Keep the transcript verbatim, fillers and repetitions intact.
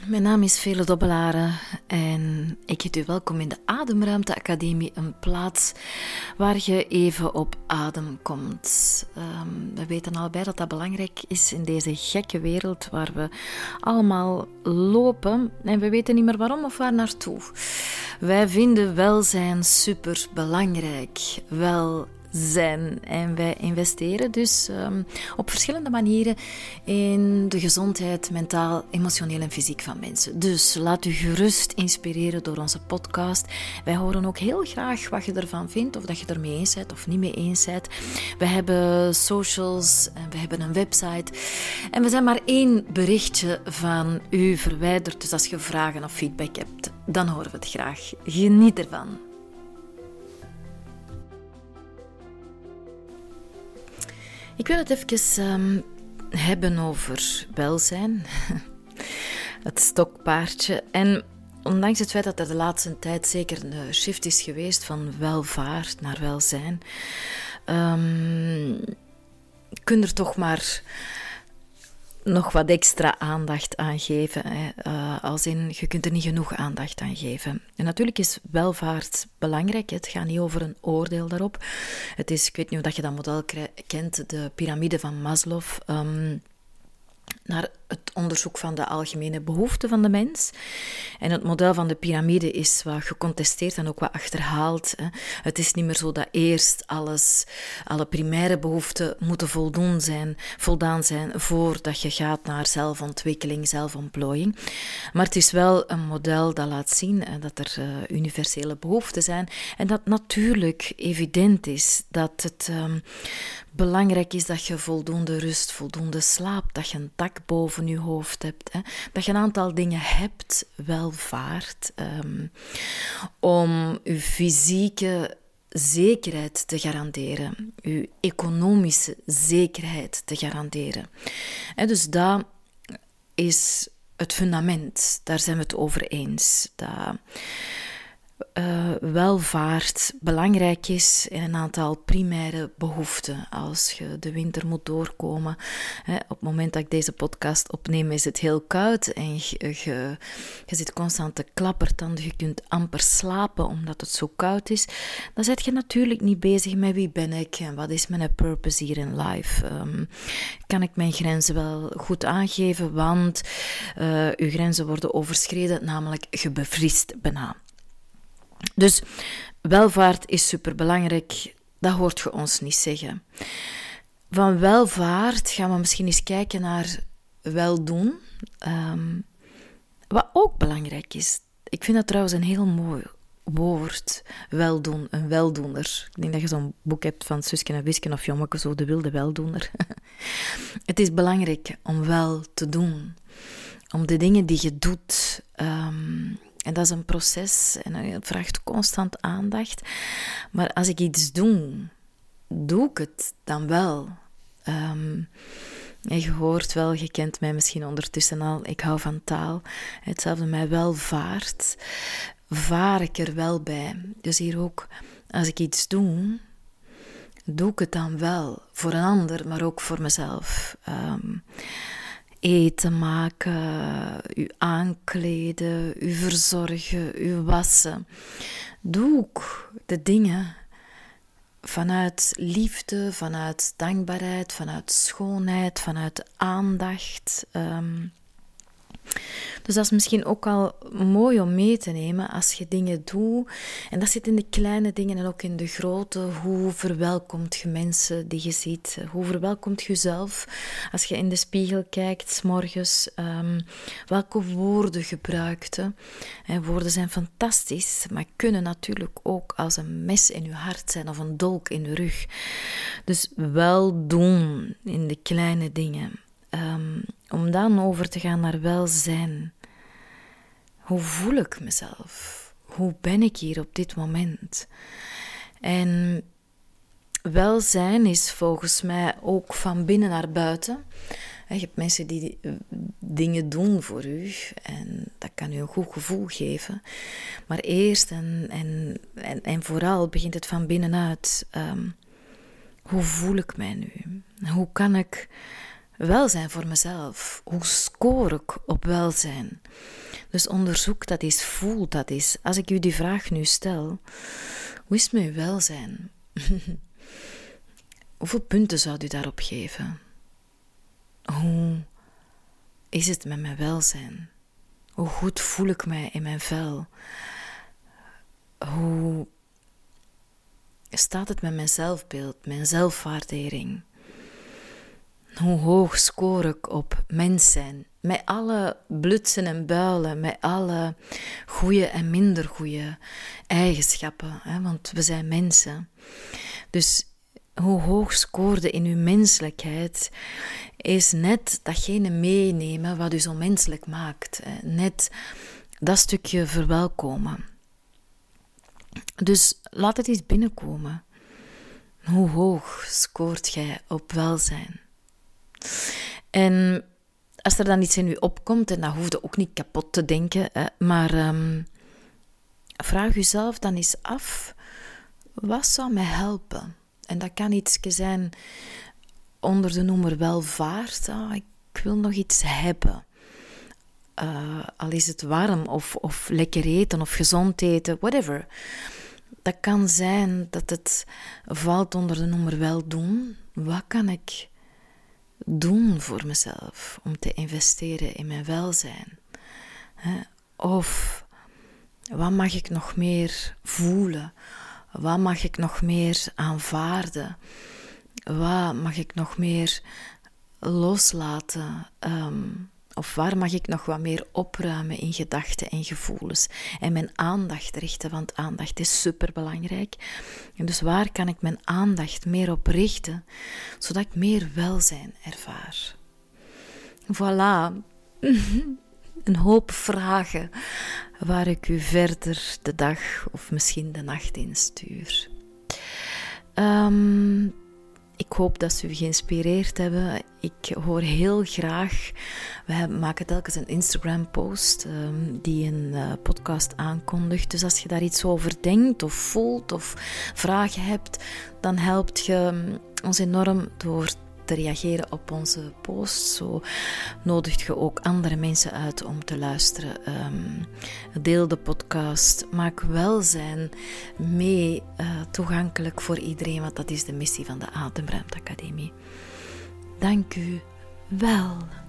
Mijn naam is Veerle Dobbelare en ik heet u welkom in de Ademruimte Academie, een plaats waar je even op adem komt. Um, we weten allebei dat dat belangrijk is in deze gekke wereld waar we allemaal lopen en we weten niet meer waarom of waar naartoe. Wij vinden welzijn super belangrijk, welzijn. Zijn. En wij investeren dus um, op verschillende manieren in de gezondheid, mentaal, emotioneel en fysiek van mensen. Dus laat u gerust inspireren door onze podcast. Wij horen ook heel graag wat je ervan vindt, of dat je er mee eens bent of niet mee eens bent. We hebben socials en we hebben een website. En we zijn maar één berichtje van u verwijderd. Dus als je vragen of feedback hebt, dan horen we het graag. Geniet ervan. Ik wil het even um, hebben over welzijn, het stokpaardje. En ondanks het feit dat er de laatste tijd zeker een shift is geweest van welvaart naar welzijn, um, kun je er toch maar nog wat extra aandacht aan geven. Hè. Uh, als in, je kunt er niet genoeg aandacht aan geven. En natuurlijk is welvaart belangrijk. Hè. Het gaat niet over een oordeel daarop. Het is, ik weet niet of je dat model kent, de piramide van Maslow. Um, naar het onderzoek van de algemene behoeften van de mens. En het model van de piramide is wat gecontesteerd en ook wat achterhaald. Hè. Het is niet meer zo dat eerst alles, alle primaire behoeften moeten voldoen zijn, voldaan zijn voordat je gaat naar zelfontwikkeling, zelfontplooiing. Maar het is wel een model dat laat zien hè, dat er uh, universele behoeften zijn en dat natuurlijk evident is dat het um, belangrijk is dat je voldoende rust, voldoende slaapt, dat je een dak boven je hoofd hebt, hè, dat je een aantal dingen hebt, welvaart, um, om je fysieke zekerheid te garanderen, je economische zekerheid te garanderen. En dus dat is het fundament, daar zijn we het over eens. Dat Uh, welvaart belangrijk is in een aantal primaire behoeften. Als je de winter moet doorkomen. Hè, op het moment dat ik deze podcast opneem is het heel koud en je, je, je zit constant te klappertanden. Je kunt amper slapen omdat het zo koud is. Dan ben je natuurlijk niet bezig met wie ben ik en wat is mijn purpose hier in life. Um, kan ik mijn grenzen wel goed aangeven, want uh, uw grenzen worden overschreden, namelijk je bevriest bijna. Dus welvaart is superbelangrijk, dat hoort je ons niet zeggen. Van welvaart gaan we misschien eens kijken naar weldoen, um, wat ook belangrijk is. Ik vind dat trouwens een heel mooi woord, weldoen, een weldoener. Ik denk dat je zo'n boek hebt van Suske en Wiske of Jommeke, zo de wilde weldoener. Het is belangrijk om wel te doen, om de dingen die je doet. Um, En dat is een proces en het vraagt constant aandacht. Maar als ik iets doe, doe ik het dan wel. Um, en je hoort wel, je kent mij misschien ondertussen al, ik hou van taal. Hetzelfde mij welvaart, vaar ik er wel bij. Dus hier ook, als ik iets doe, doe ik het dan wel. Voor een ander, maar ook voor mezelf. Um, Eten maken, u aankleden, u verzorgen, u wassen. Doe ook de dingen vanuit liefde, vanuit dankbaarheid, vanuit schoonheid, vanuit aandacht. Um, Dus dat is misschien ook al mooi om mee te nemen als je dingen doet. En dat zit in de kleine dingen en ook in de grote. Hoe verwelkomt je mensen die je ziet? Hoe verwelkomt je jezelf als je in de spiegel kijkt 's morgens? Um, welke woorden gebruikt je? En woorden zijn fantastisch, maar kunnen natuurlijk ook als een mes in je hart zijn of een dolk in de rug. Dus wel doen in de kleine dingen. Um, om dan over te gaan naar welzijn. Hoe voel ik mezelf? Hoe ben ik hier op dit moment? En welzijn is volgens mij ook van binnen naar buiten. Je hebt mensen die dingen doen voor u en dat kan u een goed gevoel geven. Maar eerst en, en, en, en vooral begint het van binnenuit. Um, hoe voel ik mij nu? Hoe kan ik welzijn voor mezelf? Hoe score ik op welzijn? Dus onderzoek dat eens, voel dat eens. Als ik u die vraag nu stel, hoe is het met uw welzijn? Hoeveel punten zou u daarop geven? Hoe is het met mijn welzijn? Hoe goed voel ik mij in mijn vel? Hoe staat het met mijn zelfbeeld, mijn zelfwaardering? Hoe hoog score ik op mens zijn? Met alle blutsen en builen, met alle goede en minder goede eigenschappen. Hè? Want we zijn mensen. Dus hoe hoog scoorde in uw menselijkheid is net datgene meenemen wat u zo menselijk maakt. Hè? Net dat stukje verwelkomen. Dus laat het eens binnenkomen. Hoe hoog scoort jij op welzijn? En als er dan iets in u opkomt, en dat hoef je ook niet kapot te denken, hè, maar um, vraag uzelf dan eens af, wat zou mij helpen? En dat kan iets zijn onder de noemer welvaart. Ah, ik wil nog iets hebben. Uh, al is het warm, of, of lekker eten, of gezond eten, whatever. Dat kan zijn dat het valt onder de noemer weldoen. Wat kan ik doen voor mezelf om te investeren in mijn welzijn? Of wat mag ik nog meer voelen? Wat mag ik nog meer aanvaarden? Wat mag ik nog meer loslaten? Um, of waar mag ik nog wat meer opruimen in gedachten en gevoelens? En mijn aandacht richten, want aandacht is superbelangrijk. En dus waar kan ik mijn aandacht meer op richten, zodat ik meer welzijn ervaar? Voilà. Een hoop vragen waar ik u verder de dag of misschien de nacht in stuur. Um, ik hoop dat ze u geïnspireerd hebben. Ik hoor heel graag... We maken telkens een Instagram-post um, die een uh, podcast aankondigt. Dus als je daar iets over denkt of voelt of vragen hebt, dan helpt je ons enorm door te reageren op onze post. Zo nodigt je ook andere mensen uit om te luisteren. Um, deel de podcast. Maak welzijn mee uh, toegankelijk voor iedereen, want dat is de missie van de Ademruimte Academie. Dank u wel.